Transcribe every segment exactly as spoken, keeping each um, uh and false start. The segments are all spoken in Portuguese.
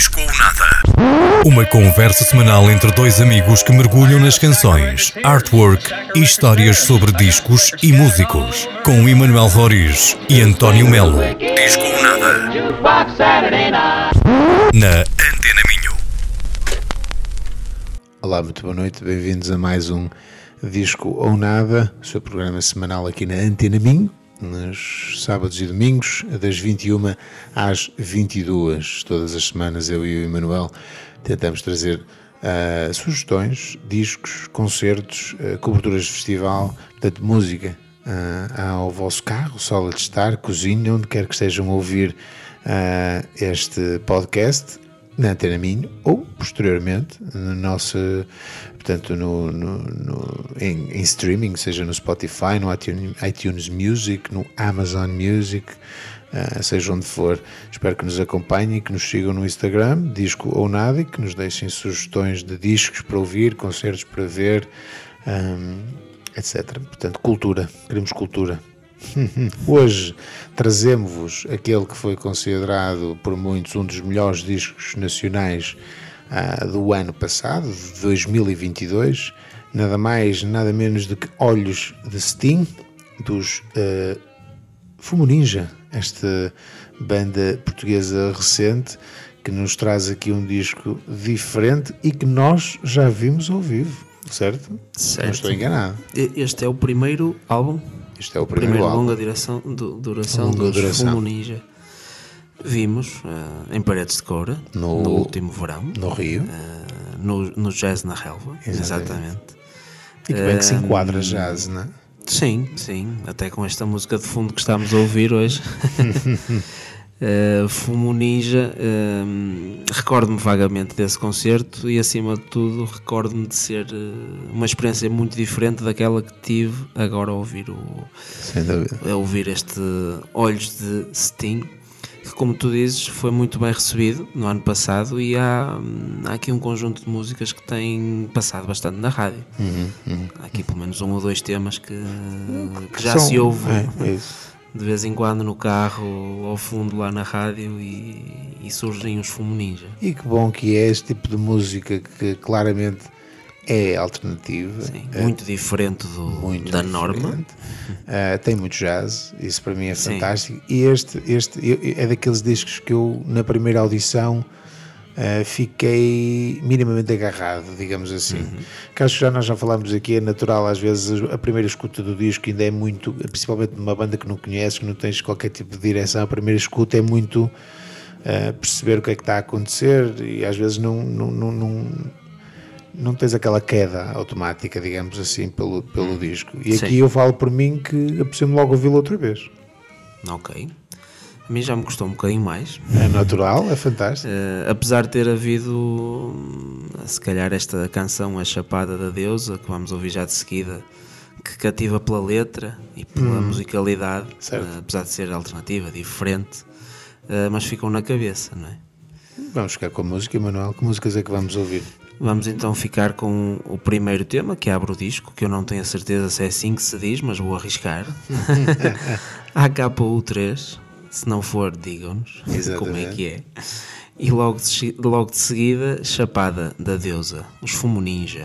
Disco ou Nada. Uma conversa semanal entre dois amigos que mergulham nas canções, artwork e histórias sobre discos e músicos. Com Emanuel Roriz e António Melo. Disco ou Nada. Na Antena Minho. Olá, muito boa noite. Bem-vindos a mais um Disco ou Nada, o seu programa semanal aqui na Antena Minho. Nos sábados e domingos, das vinte e uma às vinte e duas, todas as semanas, eu e o Emanuel tentamos trazer uh, sugestões, discos, concertos, uh, coberturas de festival, portanto, música uh, ao vosso carro, sala de estar, cozinha, onde quer que estejam a ouvir uh, este podcast, na Antena Minho, ou posteriormente, no nosso, portanto, no, no, no, em, em streaming, seja no Spotify, no iTunes, iTunes Music, no Amazon Music, uh, seja onde for. Espero que nos acompanhem, que nos sigam no Instagram, Disco ou Nada, e que nos deixem sugestões de discos para ouvir, concertos para ver, um, etcétera. Portanto, cultura, queremos cultura. Hoje trazemos-vos aquele que foi considerado por muitos um dos melhores discos nacionais uh, do ano passado, de dois mil e vinte e dois, nada mais, nada menos do que Olhos de Sting, dos uh, Fumo Ninja, esta banda portuguesa recente que nos traz aqui um disco diferente e que nós já vimos ao vivo, certo? Certo. Não estou enganado. Este é o primeiro álbum. Este é o primeiro, primeiro álbum. longa duração, du, duração longa dos duração. Fumo Ninja. Vimos uh, em Paredes de Coura, no, no último verão. No Rio. Uh, no, no Jazz na Relva. Exatamente. Exatamente. E que bem que se enquadra uh, jazz, não é? Sim, sim. Até com esta música de fundo que estamos a ouvir hoje. uh, Fumo Ninja. Uh, recordo-me vagamente desse concerto e, acima de tudo, recordo-me de ser uh, uma experiência muito diferente daquela que tive agora a ouvir, o, Sem dúvida. a ouvir este Olhos de Sting, que, como tu dizes, foi muito bem recebido no ano passado, e há, há aqui um conjunto de músicas que têm passado bastante na rádio. Uhum, uhum. Há aqui pelo menos um ou dois temas que, que já São, se ouve é, é isso. de vez em quando no carro, ao fundo lá na rádio, e, e surgem os Fumo Ninja. E que bom que é este tipo de música que claramente é alternativa. Sim, é, muito diferente do, muito da diferente. norma. Uh, tem muito jazz, isso para mim é Sim. fantástico. E este, este é daqueles discos que eu, na primeira audição, uh, fiquei minimamente agarrado, digamos assim. Uhum. Que acho que já nós já falámos aqui, é natural, às vezes a primeira escuta do disco ainda é muito, principalmente numa banda que não conheces, que não tens qualquer tipo de direção, a primeira escuta é muito uh, perceber o que é que está a acontecer, e às vezes não, não, não, não, não tens aquela queda automática, digamos assim, pelo, pelo disco. E aqui Sim. eu falo por mim que apetecia-me logo ouvi-lo outra vez. Ok. A mim já me custou um bocadinho mais. É natural, é fantástico. Uh, apesar de ter havido, se calhar, esta canção, A Chapada da Deusa, que vamos ouvir já de seguida, que cativa pela letra e pela hum, musicalidade, certo. uh, apesar de ser alternativa, diferente, uh, mas ficam na cabeça, não é? Vamos ficar com a música, Emanuel. Que músicas é que vamos ouvir? Vamos então ficar com o primeiro tema, que abre o disco, que eu não tenho a certeza se é assim que se diz, mas vou arriscar. A K U três, se não for, digam-nos como é que é. E logo de, logo de seguida, Chapada da Deusa, os Fumo Ninja.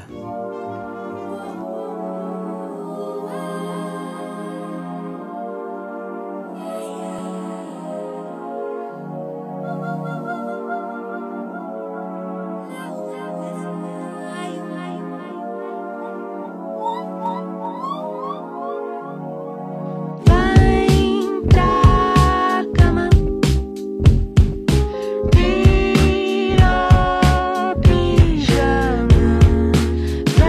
Pijama,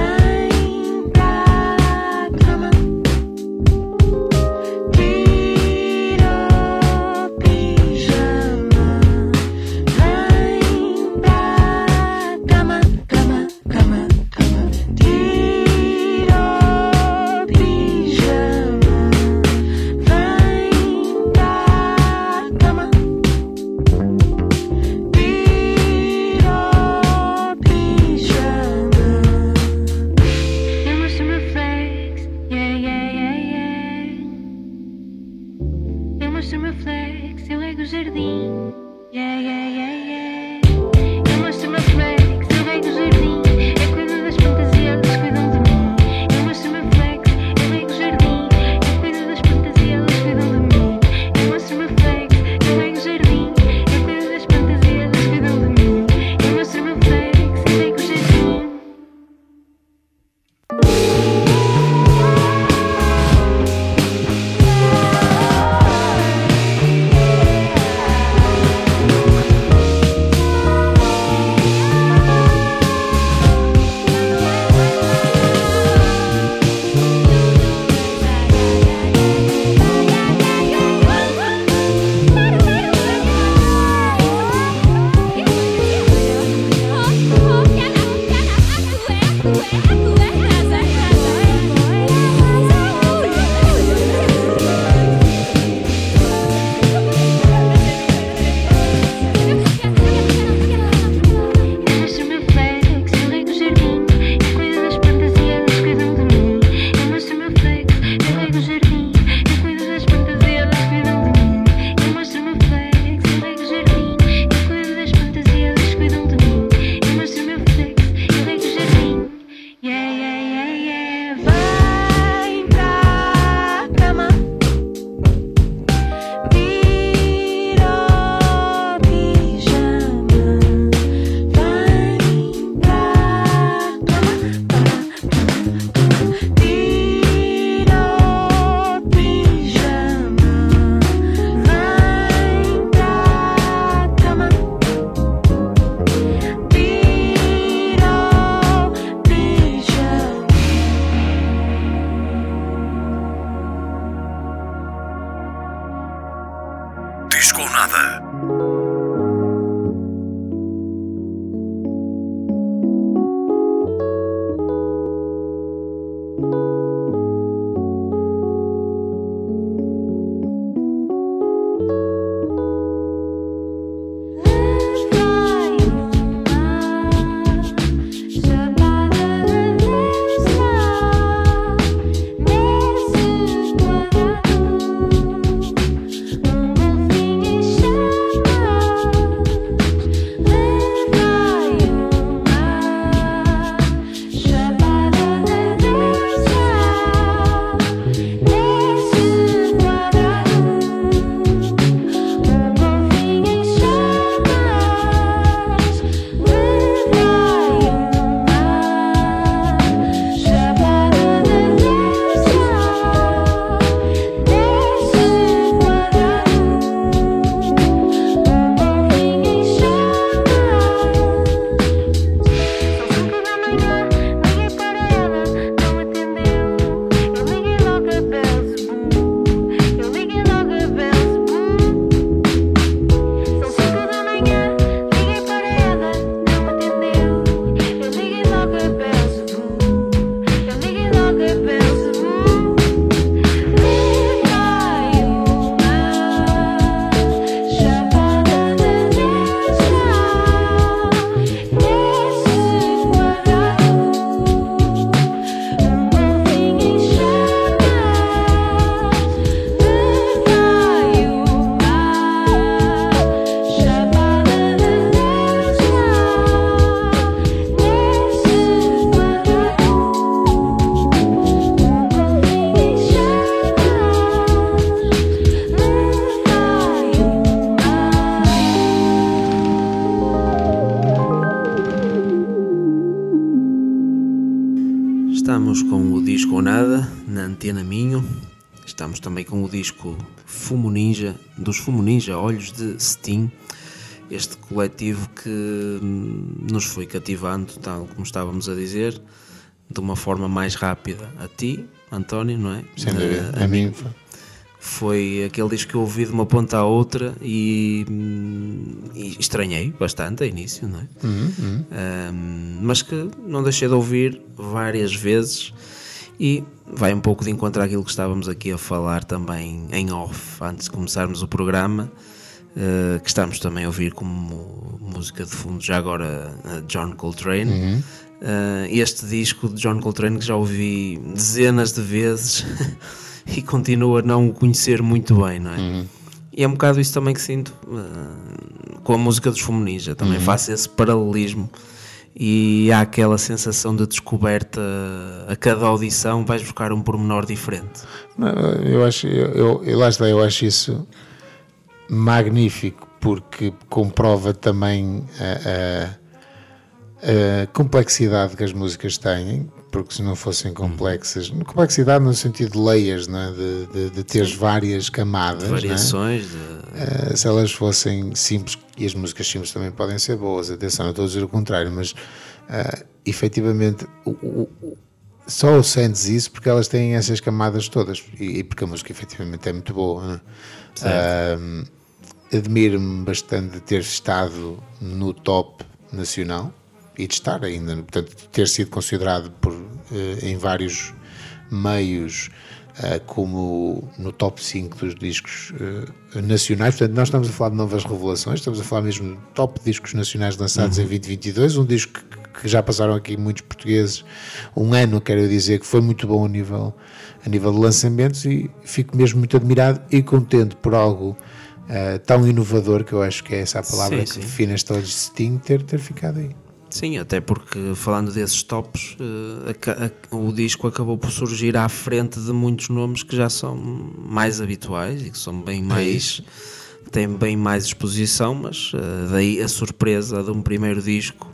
Estamos com o disco Ou Nada, na Antena Minho. Estamos também com o disco Fumo Ninja, dos Fumo Ninja, Olhos de Cetim. Este coletivo que nos foi cativando, tal como estávamos a dizer, de uma forma mais rápida. A ti, António, não é? Sem dúvida, a, a mim foi. Foi aquele disco que eu ouvi de uma ponta à outra e, e estranhei bastante a início, não é? Uhum, uhum. Um, mas que não deixei de ouvir várias vezes e vai um pouco de encontro àquilo que estávamos aqui a falar também em off, antes de começarmos o programa, uh, que estamos também a ouvir como música de fundo, já agora uh, John Coltrane. Uhum. Uh, este disco de John Coltrane que já ouvi dezenas de vezes e continuo a não o conhecer muito bem, não é? Uhum. E é um bocado isso também que sinto uh, com a música dos Fumo Ninja, também uhum. faço esse paralelismo e há aquela sensação de descoberta a cada audição, vais buscar um pormenor diferente. Não, eu acho, eu, eu, lá está, eu acho isso magnífico porque comprova também a, a, a complexidade que as músicas têm, porque se não fossem complexas, complexidade no sentido de layers, não é? de, de, de teres Sim. várias camadas, de variações, não é? de... Uh, se elas fossem simples, e as músicas simples também podem ser boas, atenção, não estou a dizer o contrário, mas uh, efetivamente o, o, o, só sentes isso porque elas têm essas camadas todas e, e porque a música efetivamente é muito boa, não é? Uh, admiro-me bastante de ter estado no top nacional e de estar ainda, portanto, ter sido considerado por, uh, em vários meios uh, como no top cinco dos discos uh, nacionais. Portanto, nós estamos a falar de novas revelações, estamos a falar mesmo de top discos nacionais lançados uhum. em vinte e vinte e dois, um disco que, que já passaram aqui muitos portugueses, um ano, quero dizer, que foi muito bom a nível, a nível de lançamentos e fico mesmo muito admirado e contente por algo uh, tão inovador, que eu acho que é essa a palavra sim, que sim. define esta Olhos de Cetim, ter, ter ficado aí. Sim, até porque falando desses tops, uh, a, a, o disco acabou por surgir à frente de muitos nomes que já são mais habituais e que são bem mais, é têm bem mais exposição, mas uh, daí a surpresa de um primeiro disco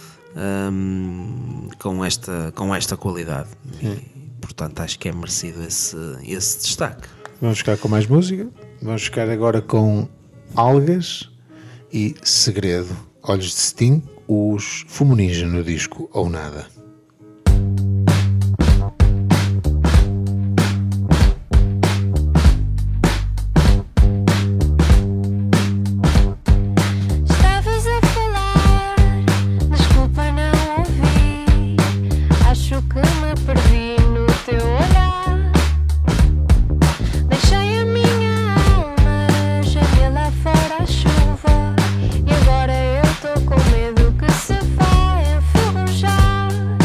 um, com, esta, com esta qualidade. É. E, portanto, acho que é merecido esse, esse destaque. Vamos ficar com mais música, vamos ficar agora com Algas e Segredo, Olhos de Cetim, os Fumo Ninja no disco Ou Nada. Estavas a falar, desculpa não ouvi, acho que me perdi no teu olhar, deixei a minha alma gemer lá fora a chuva e agora eu estou com medo que se vai enferrujar.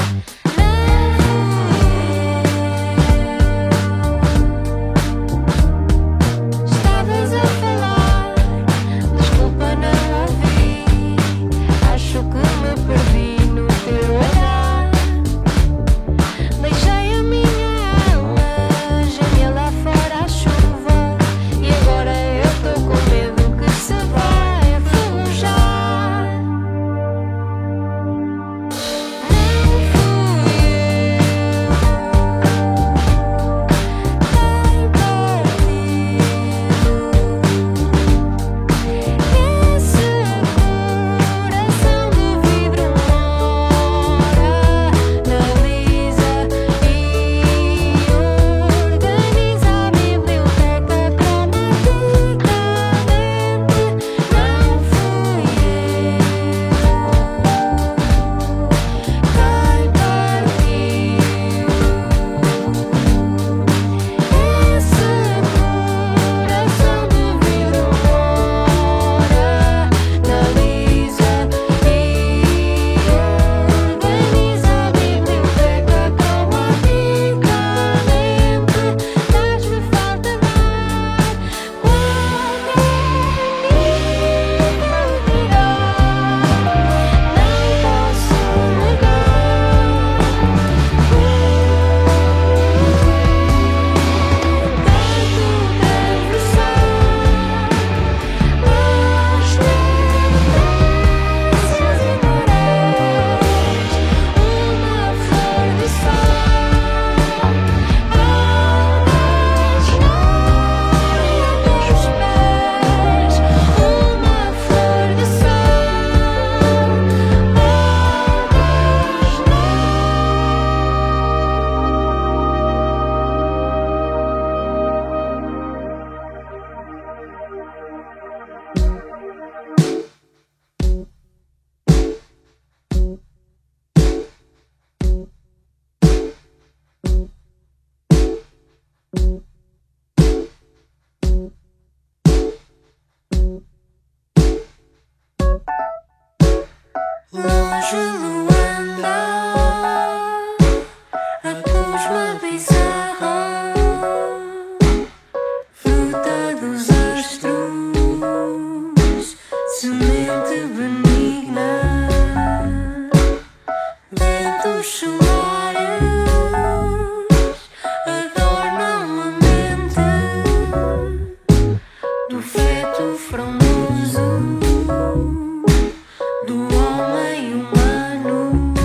longe Luanda, a pusma bizarra, fruta dos astros, semente benigna, ventos solares adornam a mente do feto frondoso, do homem humano.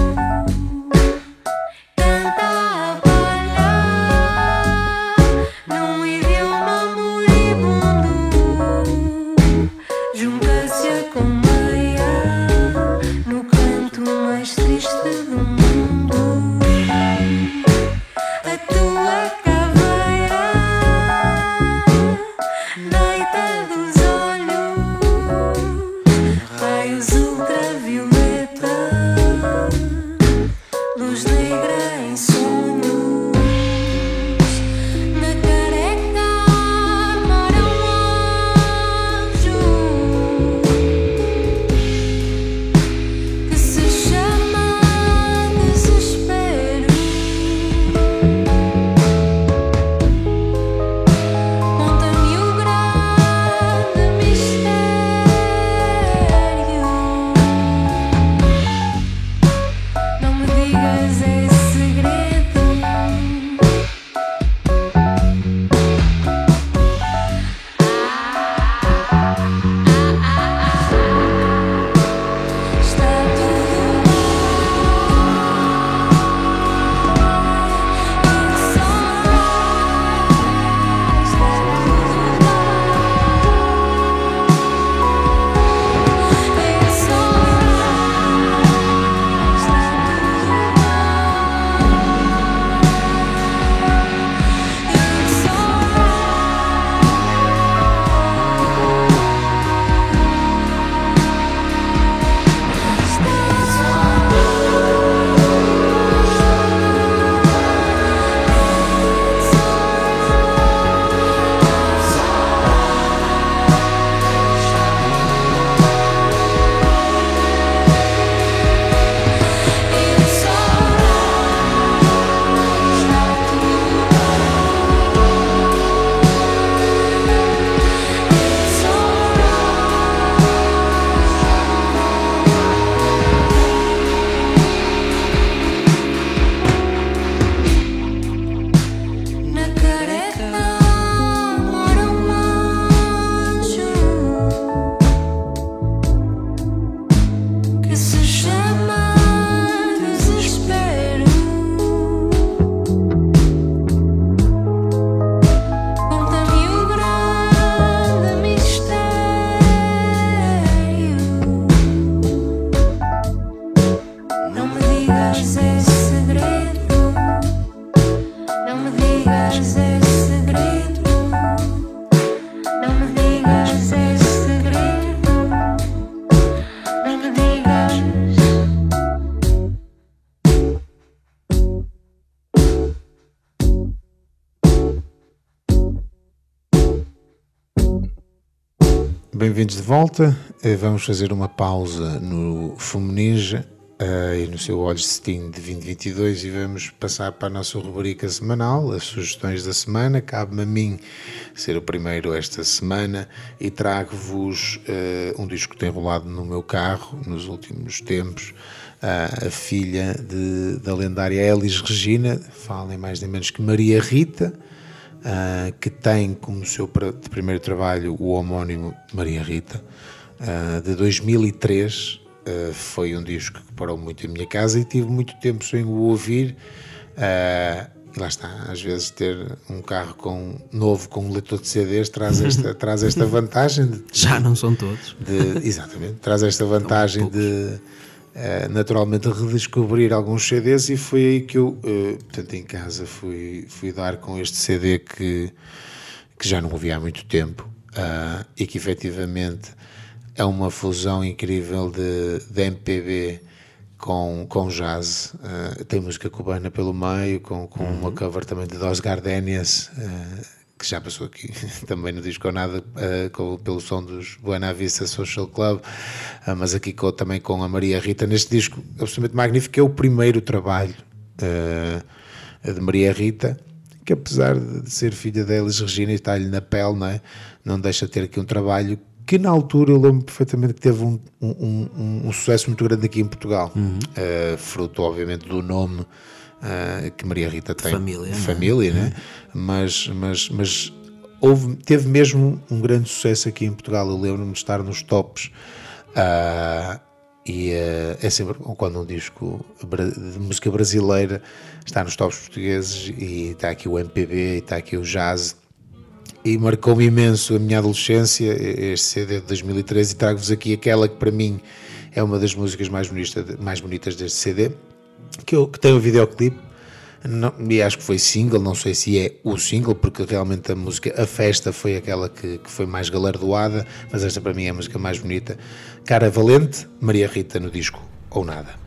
Canta a palha num idioma moribundo, junta-se a colmeia no canto mais triste do mundo. A tua caveira, noite dos olhos, raios ultravioleta, luz negra em sonhos. Na careca mora um anjo que se chama desespero. Conta-me o grande mistério. Não me digas é segredo. Está tudo bem. It's alright. Está tudo bem. It's alright. Está Na careca mora um anjo que se chama desespero. Conta-me o grande mistério. Não me digas é segredo. Não me digas é segredo. Não me digas é segredo. Não me digas. Bem-vindos de volta. Eh, Vamos fazer uma pausa no Fumeneja eh, e no seu Olhos de Steam de vinte e vinte e dois e vamos passar para a nossa rubrica semanal, as sugestões da semana. Cabe-me a mim ser o primeiro esta semana e trago-vos eh, um disco que tem rolado no meu carro nos últimos tempos. Ah, a filha de- da lendária Elis Regina, fala nem mais nem menos que Maria Rita, ah, que tem como seu pra- de primeiro trabalho o homónimo Maria Rita, ah, de dois mil e três. ah, foi um disco que parou muito em minha casa e tive muito tempo sem o ouvir. ah, e lá está, às vezes ter um carro com, novo com um leitor de C Ds traz esta, traz esta vantagem de, Já não são todos. de- exatamente, traz esta vantagem de uh, naturalmente redescobrir alguns C Ds, e foi aí que eu, uh, portanto, em casa fui, fui dar com este C D que, que já não ouvi há muito tempo, uh, e que efetivamente é uma fusão incrível de, de M P B com, com jazz. Uh, tem música cubana pelo meio, com, com uhum. uma cover também de Dos Gardenias, uh, que já passou aqui também no disco ou nada, uh, com, pelo som dos Buena Vista Social Club, uh, mas aqui com, também com a Maria Rita, neste disco absolutamente magnífico, que é o primeiro trabalho uh, de Maria Rita, que apesar de ser filha da Elis Regina e estar-lhe na pele, não é? Não deixa de ter aqui um trabalho que na altura eu lembro perfeitamente que teve um, um, um, um sucesso muito grande aqui em Portugal, uhum. uh, fruto obviamente do nome uh, que Maria Rita tem, família, família, né? Mas, mas, mas houve, teve mesmo um grande sucesso aqui em Portugal. Eu lembro-me de estar nos tops, uh, e uh, é sempre quando um disco de música brasileira está nos tops portugueses, e está aqui o M P B e está aqui o jazz, e marcou-me imenso a minha adolescência este C D de dois mil e treze, e trago-vos aqui aquela que para mim é uma das músicas mais bonitas, mais bonitas deste C D, que, eu, que tem um videoclipe, não, e acho que foi single, não sei se é o single, porque realmente a música A Festa foi aquela que, que foi mais galardoada, mas esta para mim é a música mais bonita. Cara Valente, Maria Rita no disco Ou Nada.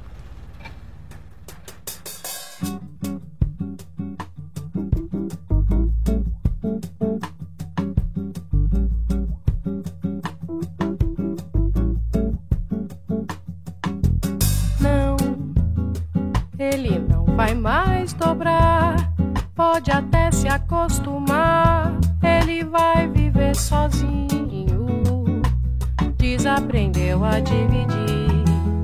Vai mais dobrar, pode até se acostumar. Ele vai viver sozinho, desaprendeu a dividir.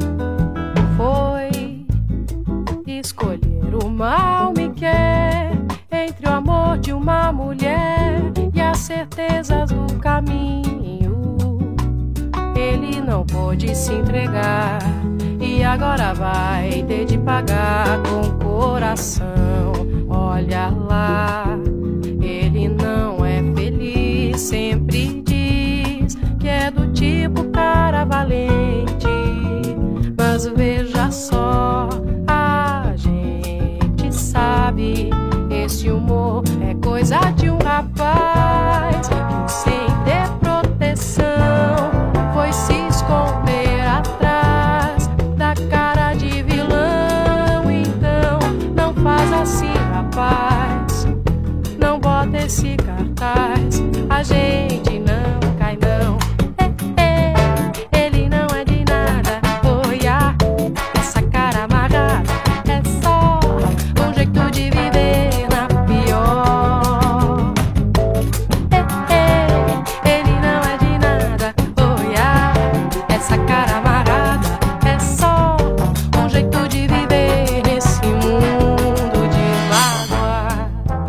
Foi escolher o mal me quer, entre o amor de uma mulher e as certezas do caminho. Ele não pôde se entregar, e agora vai ter de pagar com o coração. Olha lá, ele não é feliz, sempre diz que é do tipo cara valente. Mas veja só, a gente sabe, esse humor é coisa de um rapaz que sem ter proteção foi se esconder atrás da cara de vilão. Então não faz assim, rapaz, não bota esse cartaz, a gente não cai não. É, é, ele não é de nada, olha essa cara amarrada, é só um jeito de viver na pior. É, é, ele não é de nada, olha essa cara amarrada, é só um jeito de viver nesse mundo de mágoa.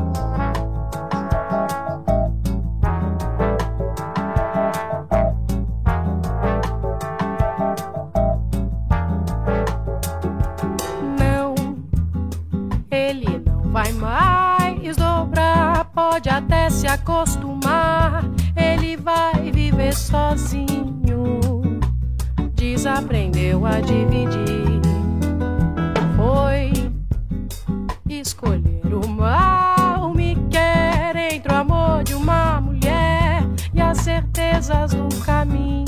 Não, ele não vai mais dobrar, pode até se acostumar. Ele vai viver sozinho, desaprendeu a dividir. Foi escolher o mal me quer, entre o amor de uma mulher e as certezas do caminho.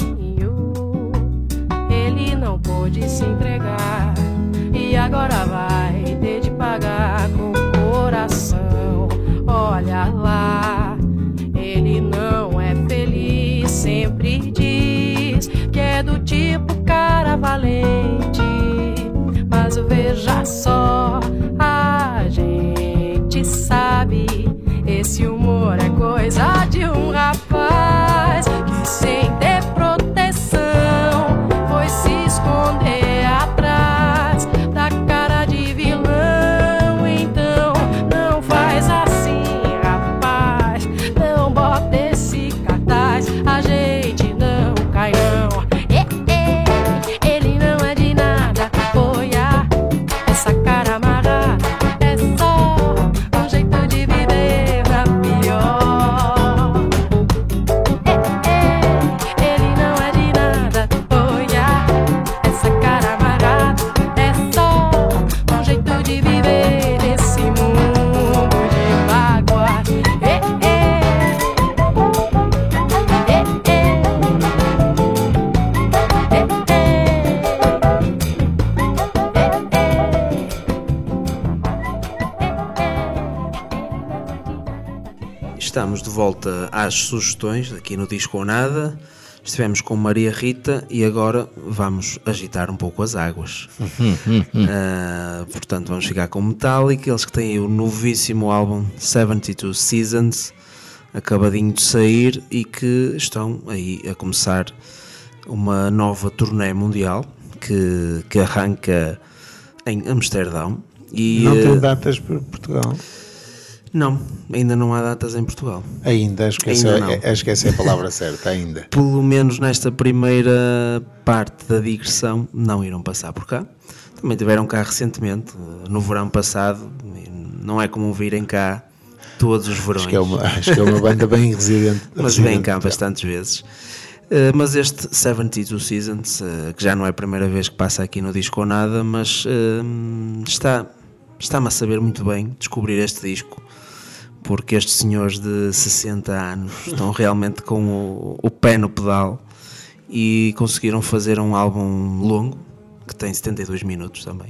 Ele não pôde se entregar, e agora vai ter de pagar com o coração. Olha lá, ele não é feliz, sempre diz que é do tipo cara valente. Mas veja só, a gente sabe, esse humor é coisa de um rapaz que sem ter proteção foi se esconder atrás da cara de vilão. Então não faz assim, rapaz, não bota esse cartaz, a gente não cai não. É, é, estamos de volta às sugestões aqui no Disco ou Nada. Estivemos com Maria Rita e agora vamos agitar um pouco as águas. uh, portanto, vamos ficar com Metallica, eles que têm o novíssimo álbum setenta e dois Seasons, acabadinho de sair, e que estão aí a começar uma nova turnê mundial que, que arranca em Amsterdão. E, não tem datas para Portugal? Não, ainda não há datas em Portugal. Ainda, acho que, ainda essa, acho que essa é a palavra certa, ainda. Pelo menos nesta primeira parte da digressão, não irão passar por cá. Também tiveram cá recentemente, no verão passado. Não é comum virem cá todos os verões. Acho que é uma, acho que é uma banda bem residente. Mas vêm cá bastantes vezes. Uh, mas este setenta e dois Seasons, uh, que já não é a primeira vez que passa aqui no Disco ou Nada, mas uh, está, está-me a saber muito bem descobrir este disco, porque estes senhores de sessenta anos estão realmente com o, o pé no pedal e conseguiram fazer um álbum longo, que tem setenta e dois minutos também.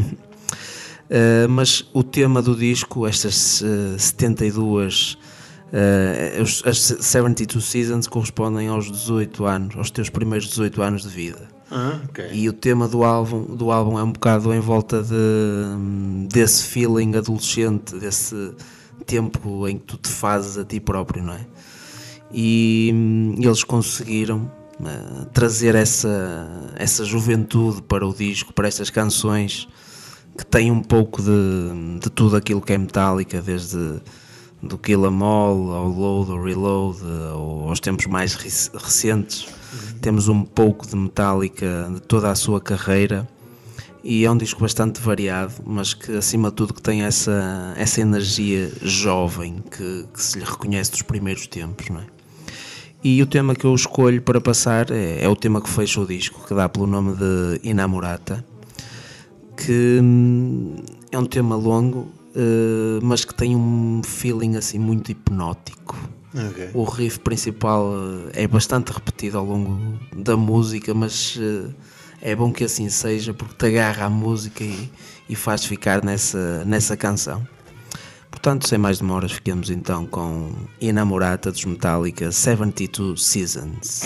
uh, mas o tema do disco, estas uh, setenta e duas, uh, os, as setenta e dois Seasons correspondem aos dezoito anos, aos teus primeiros dezoito anos de vida. Ah, okay. E o tema do álbum, do álbum é um bocado em volta de, desse feeling adolescente, desse tempo em que tu te fazes a ti próprio, não é? E hum, eles conseguiram uh, trazer essa, essa juventude para o disco, para estas canções que têm um pouco de, de tudo aquilo que é Metallica, desde do Kill 'Em All ao Load, ao Reload, ao, aos tempos mais recentes. Uhum. Temos um pouco de Metallica de toda a sua carreira. E é um disco bastante variado, mas que acima de tudo que tem essa, essa energia jovem que, que se lhe reconhece dos primeiros tempos, não é? E o tema que eu escolho para passar é, é o tema que fecha o disco, que dá pelo nome de Inamorata, que hum, é um tema longo, uh, mas que tem um feeling assim muito hipnótico. Okay. O riff principal uh, é bastante repetido ao longo da música, mas... Uh, é bom que assim seja, porque te agarra a música e, e faz ficar nessa, nessa canção. Portanto, sem mais demoras, ficamos então com Inamorata dos Metallica setenta e dois Seasons.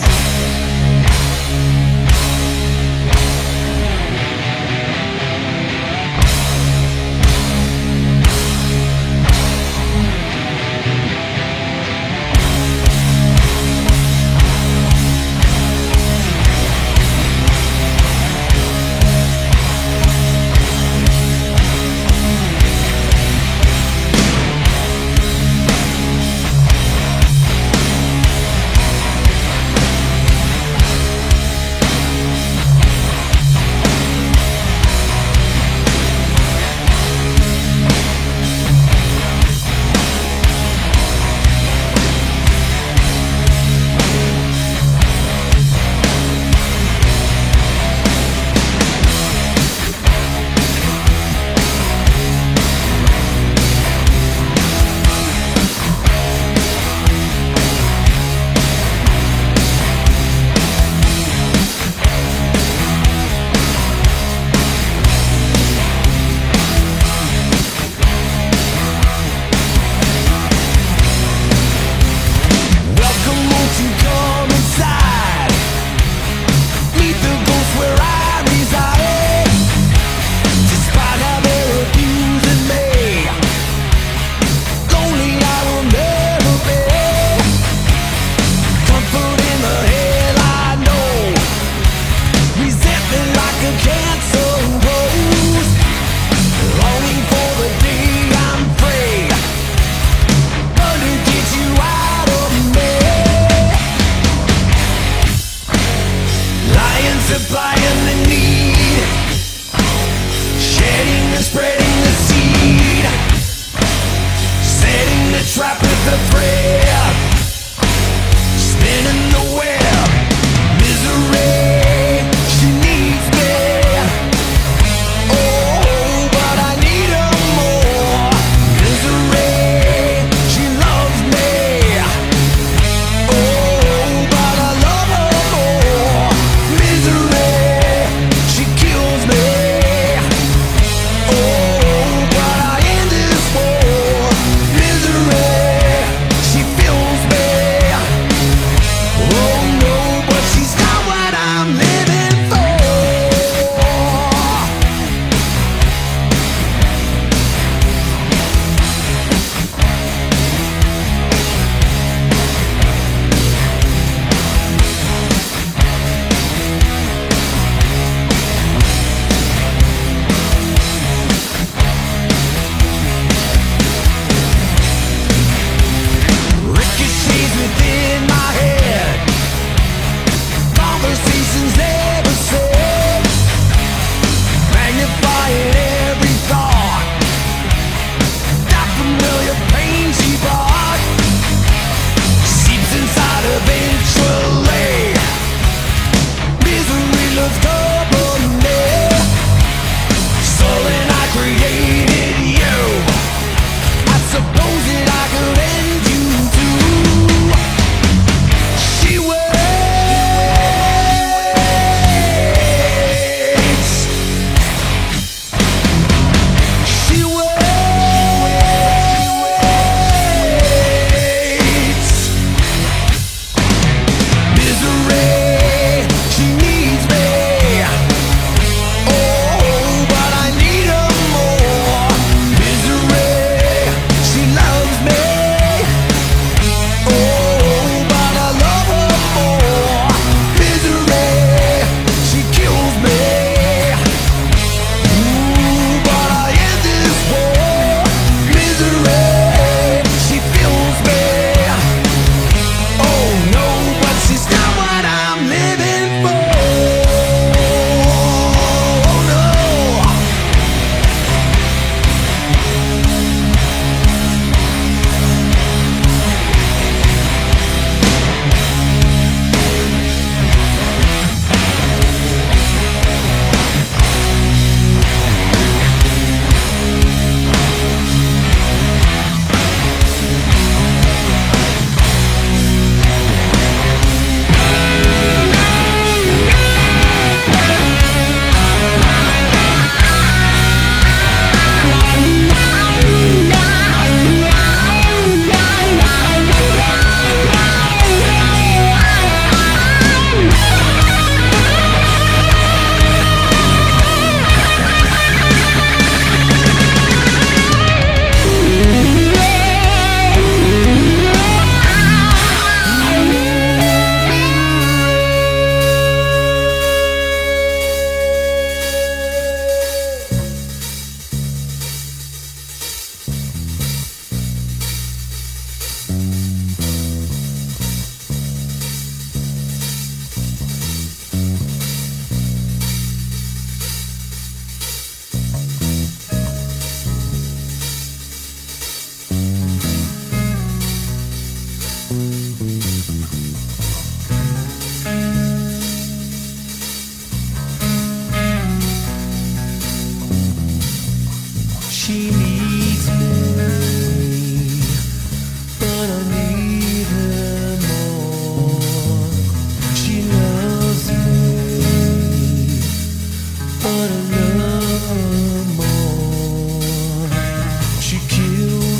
She needs me, but I need her more. She loves me, but I love her more. She kills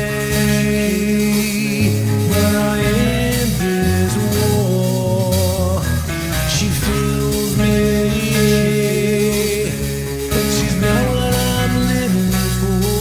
me, but I end this war. She fills me, but she's not what I'm living for.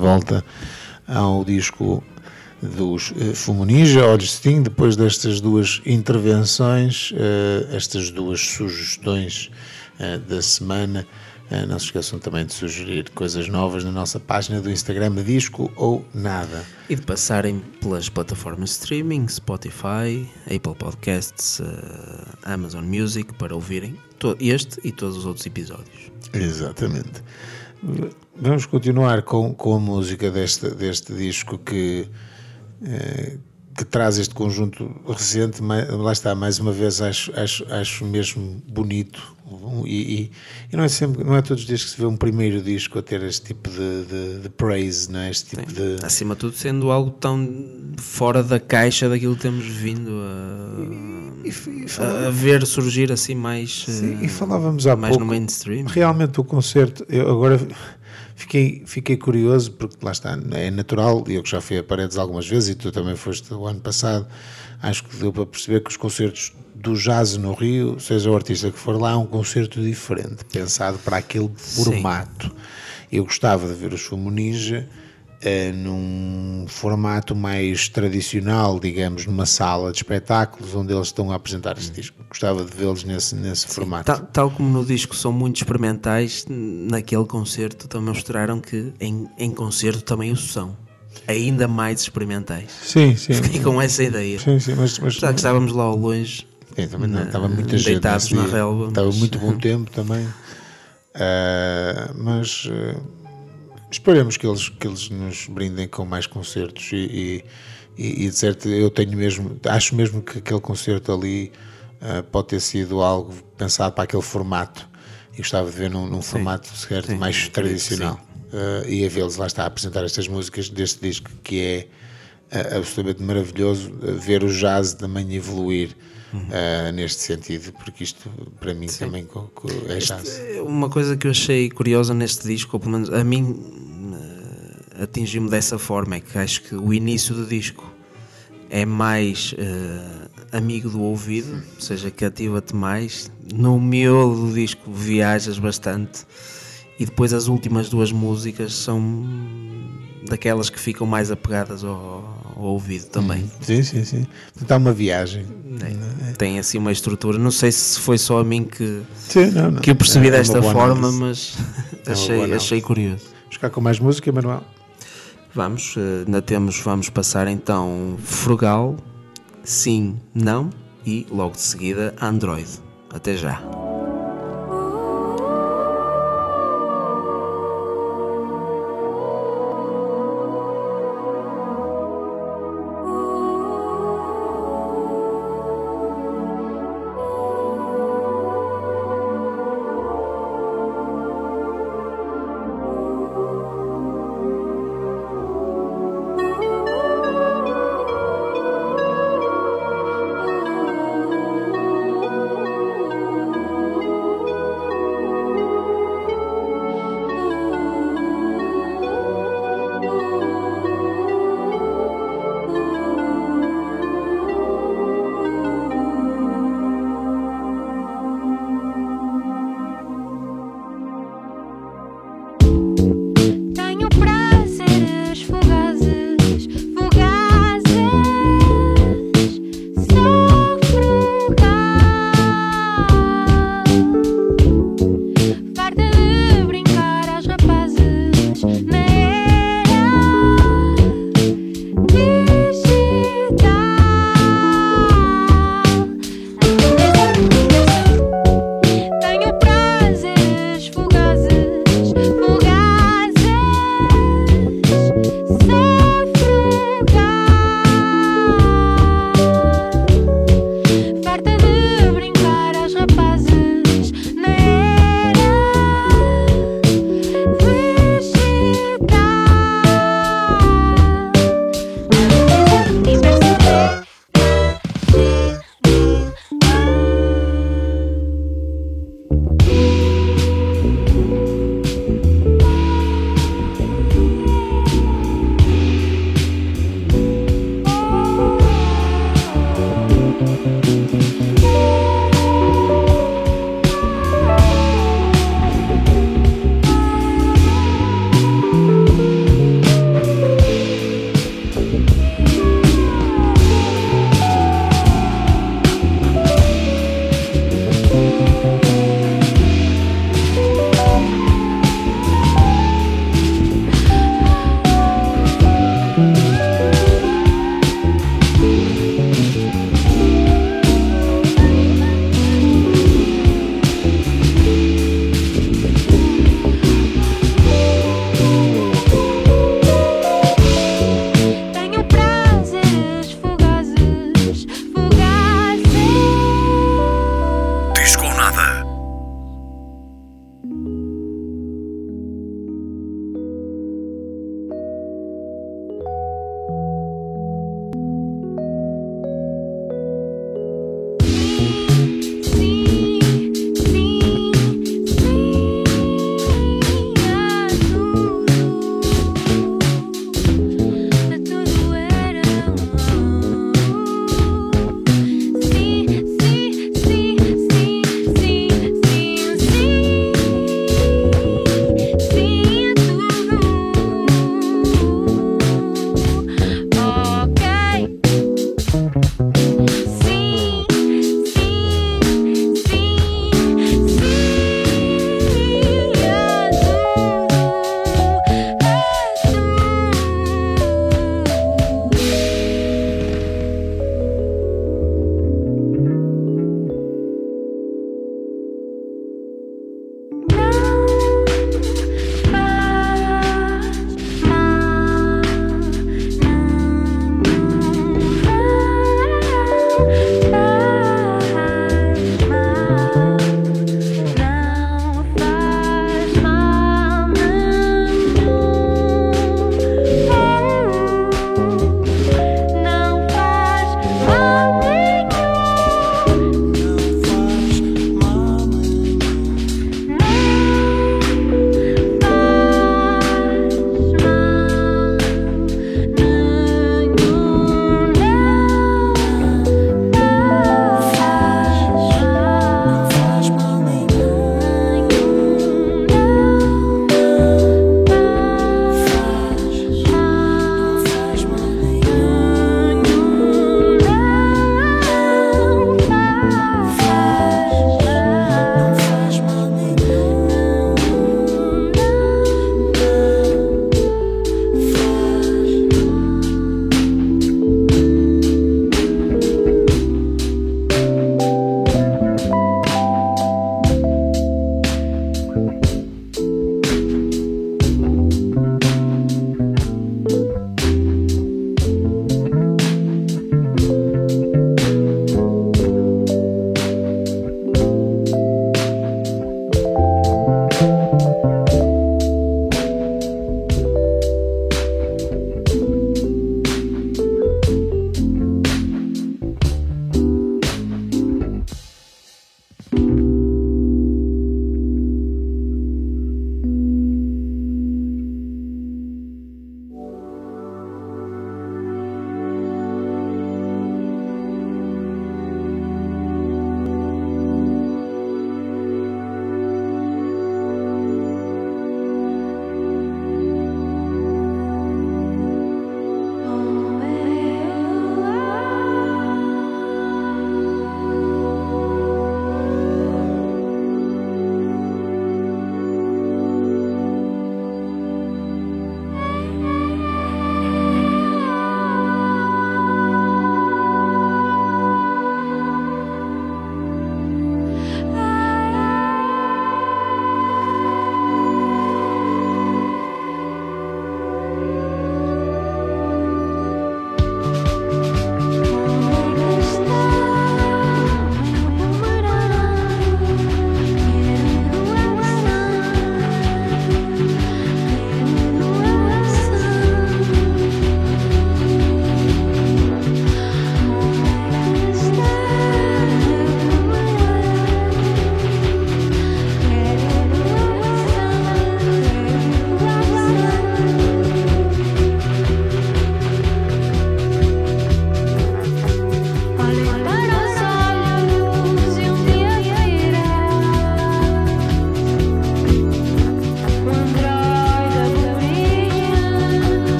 volta ao disco dos uh, Fumo Ninja, Olhos de Sting, depois destas duas intervenções, uh, estas duas sugestões uh, da semana. Uh, não se esqueçam também de sugerir coisas novas na nossa página do Instagram, Disco ou Nada. E de passarem pelas plataformas de streaming, Spotify, Apple Podcasts, uh, Amazon Music, para ouvirem to- este e todos os outros episódios. Exatamente. Vamos continuar com, com a música deste, deste disco que, eh, que traz este conjunto recente. Mas, lá está, mais uma vez acho, acho, acho mesmo bonito e, e, e não é sempre, não é todos os dias que se vê um primeiro disco a ter este tipo de, de, de praise, não é? Este tipo Sim. de... Acima de tudo sendo algo tão fora da caixa daquilo que temos vindo a, E, e, e a, fala- a ver surgir assim mais, Sim, eh, e falávamos há mais pouco, no mainstream. realmente o concerto, eu agora fiquei, fiquei curioso, porque lá está, é natural, eu que já fui a Paredes algumas vezes e tu também foste o ano passado, acho que deu para perceber que os concertos do jazz no Rio, seja o artista que for lá, é um concerto diferente, pensado para aquele formato. Sim. Eu gostava de ver os Fumo Ninja Uh, num formato mais tradicional, digamos, numa sala de espetáculos onde eles estão a apresentar este disco. Gostava de vê-los nesse, nesse Sim, formato. Tal, tal como no disco são muito experimentais, naquele concerto também mostraram que em, em concerto também o são. Ainda mais experimentais. Sim, sim. Fiquei com essa ideia. Sim, sim, mas, mas Já que estávamos lá ao longe, sim, também não, na, estava muita gente deitados nesse na dia. relva. Estava mas- muito bom tempo também. Uh, mas uh, esperemos que eles, que eles nos brindem com mais concertos e, e, e de certo eu tenho mesmo, acho mesmo que aquele concerto ali uh, pode ter sido algo pensado para aquele formato e gostava de ver num, num formato certo, sim, mais acredito, tradicional uh, e a vê-los lá está a apresentar estas músicas deste disco que é uh, absolutamente maravilhoso, uh, ver o jazz também evoluir. Uhum. Uh, neste sentido, porque isto para mim Sim. também co- co- é jazz. Uma coisa que eu achei curiosa neste disco, ou pelo menos a mim uh, atingiu-me dessa forma, é que acho que o início do disco é mais uh, amigo do ouvido, ou seja, cativa-te mais. No miolo do disco viajas bastante e depois as últimas duas músicas são daquelas que ficam mais apegadas ao, ao ouvido também. Hum, sim, sim, sim. Está uma viagem. É, tem assim uma estrutura. Não sei se foi só a mim que, sim, não, não. que eu percebi é, desta é forma, análise. mas é achei, achei curioso. Vamos ficar com mais música, Manuel? Vamos, ainda temos, vamos passar então Frugal, Sim, Não e logo de seguida Android. Até já.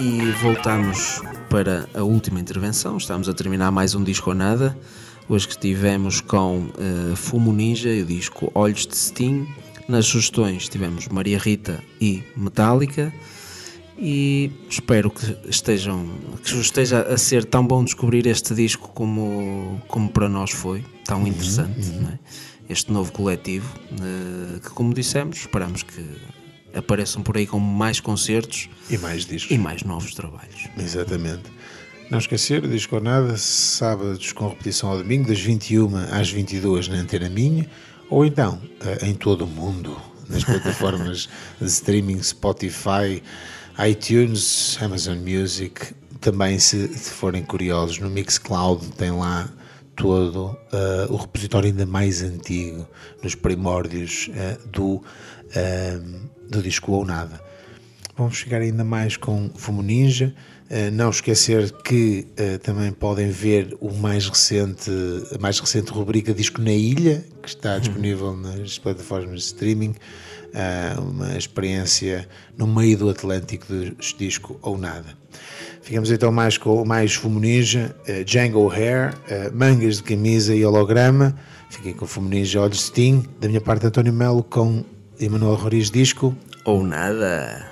E voltamos para a última intervenção. Estamos a terminar mais um disco ou nada. Hoje que estivemos com uh, Fumo Ninja e o disco Olhos de Steam. Nas sugestões tivemos Maria Rita e Metallica. E espero que estejam que esteja a ser tão bom descobrir este disco como, como para nós foi, tão interessante, uhum, uhum. Não é? Este novo coletivo, uh, que, como dissemos, esperamos que apareçam por aí com mais concertos e mais discos e mais novos trabalhos. Exatamente. Não esquecer, Disco ou Nada, sábados com repetição ao domingo, das vinte e uma às vinte e duas na Antena Minho, ou então em todo o mundo, nas plataformas de streaming, Spotify, iTunes, Amazon Music. Também, se, se forem curiosos, no Mixcloud tem lá todo uh, o repositório ainda mais antigo, nos primórdios uh, do, uh, do Disco ou Nada. Vamos chegar ainda mais com Fumo Ninja. Uh, não esquecer que uh, também podem ver o mais recente, a mais recente rubrica Disco na Ilha, que está disponível nas plataformas de streaming. Uh, uma experiência no meio do Atlântico de Disco ou Nada. Ficamos então mais com o mais Fumo Ninja, uh, Django Hair, uh, Mangas de Camisa e Holograma. Fiquem com o Fumo Ninja Olhos de Steam. Da minha parte, António Melo com Emanuel Roriz, Disco ou Nada.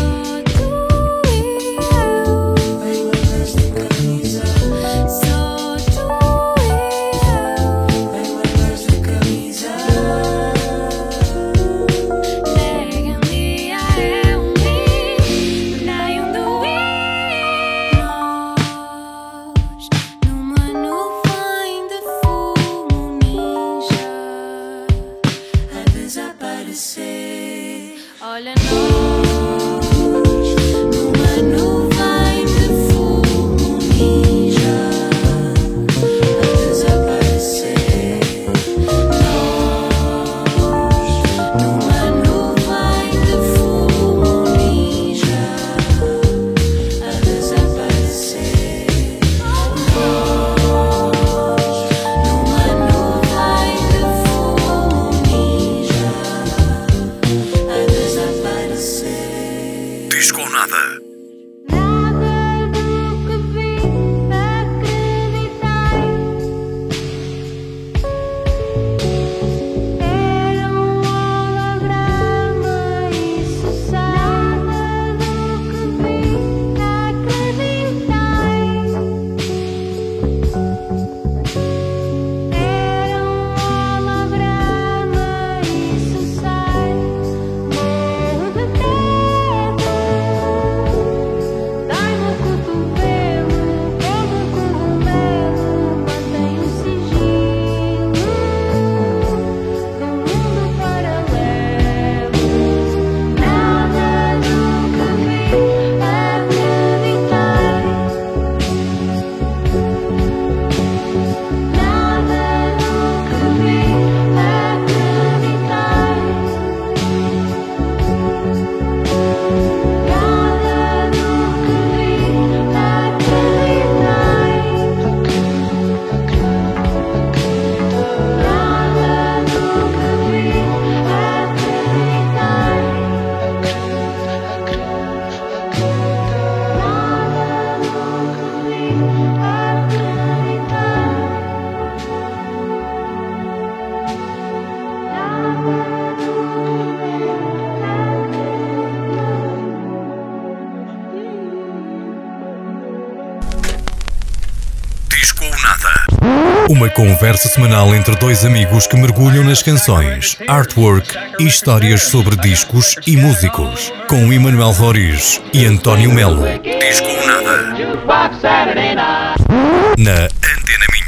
So Disco ou Nada. Uma conversa semanal entre dois amigos que mergulham nas canções, artwork e histórias sobre discos e músicos. Com Emanuel Roriz e António Melo. Disco ou Nada. Na Antena Minha.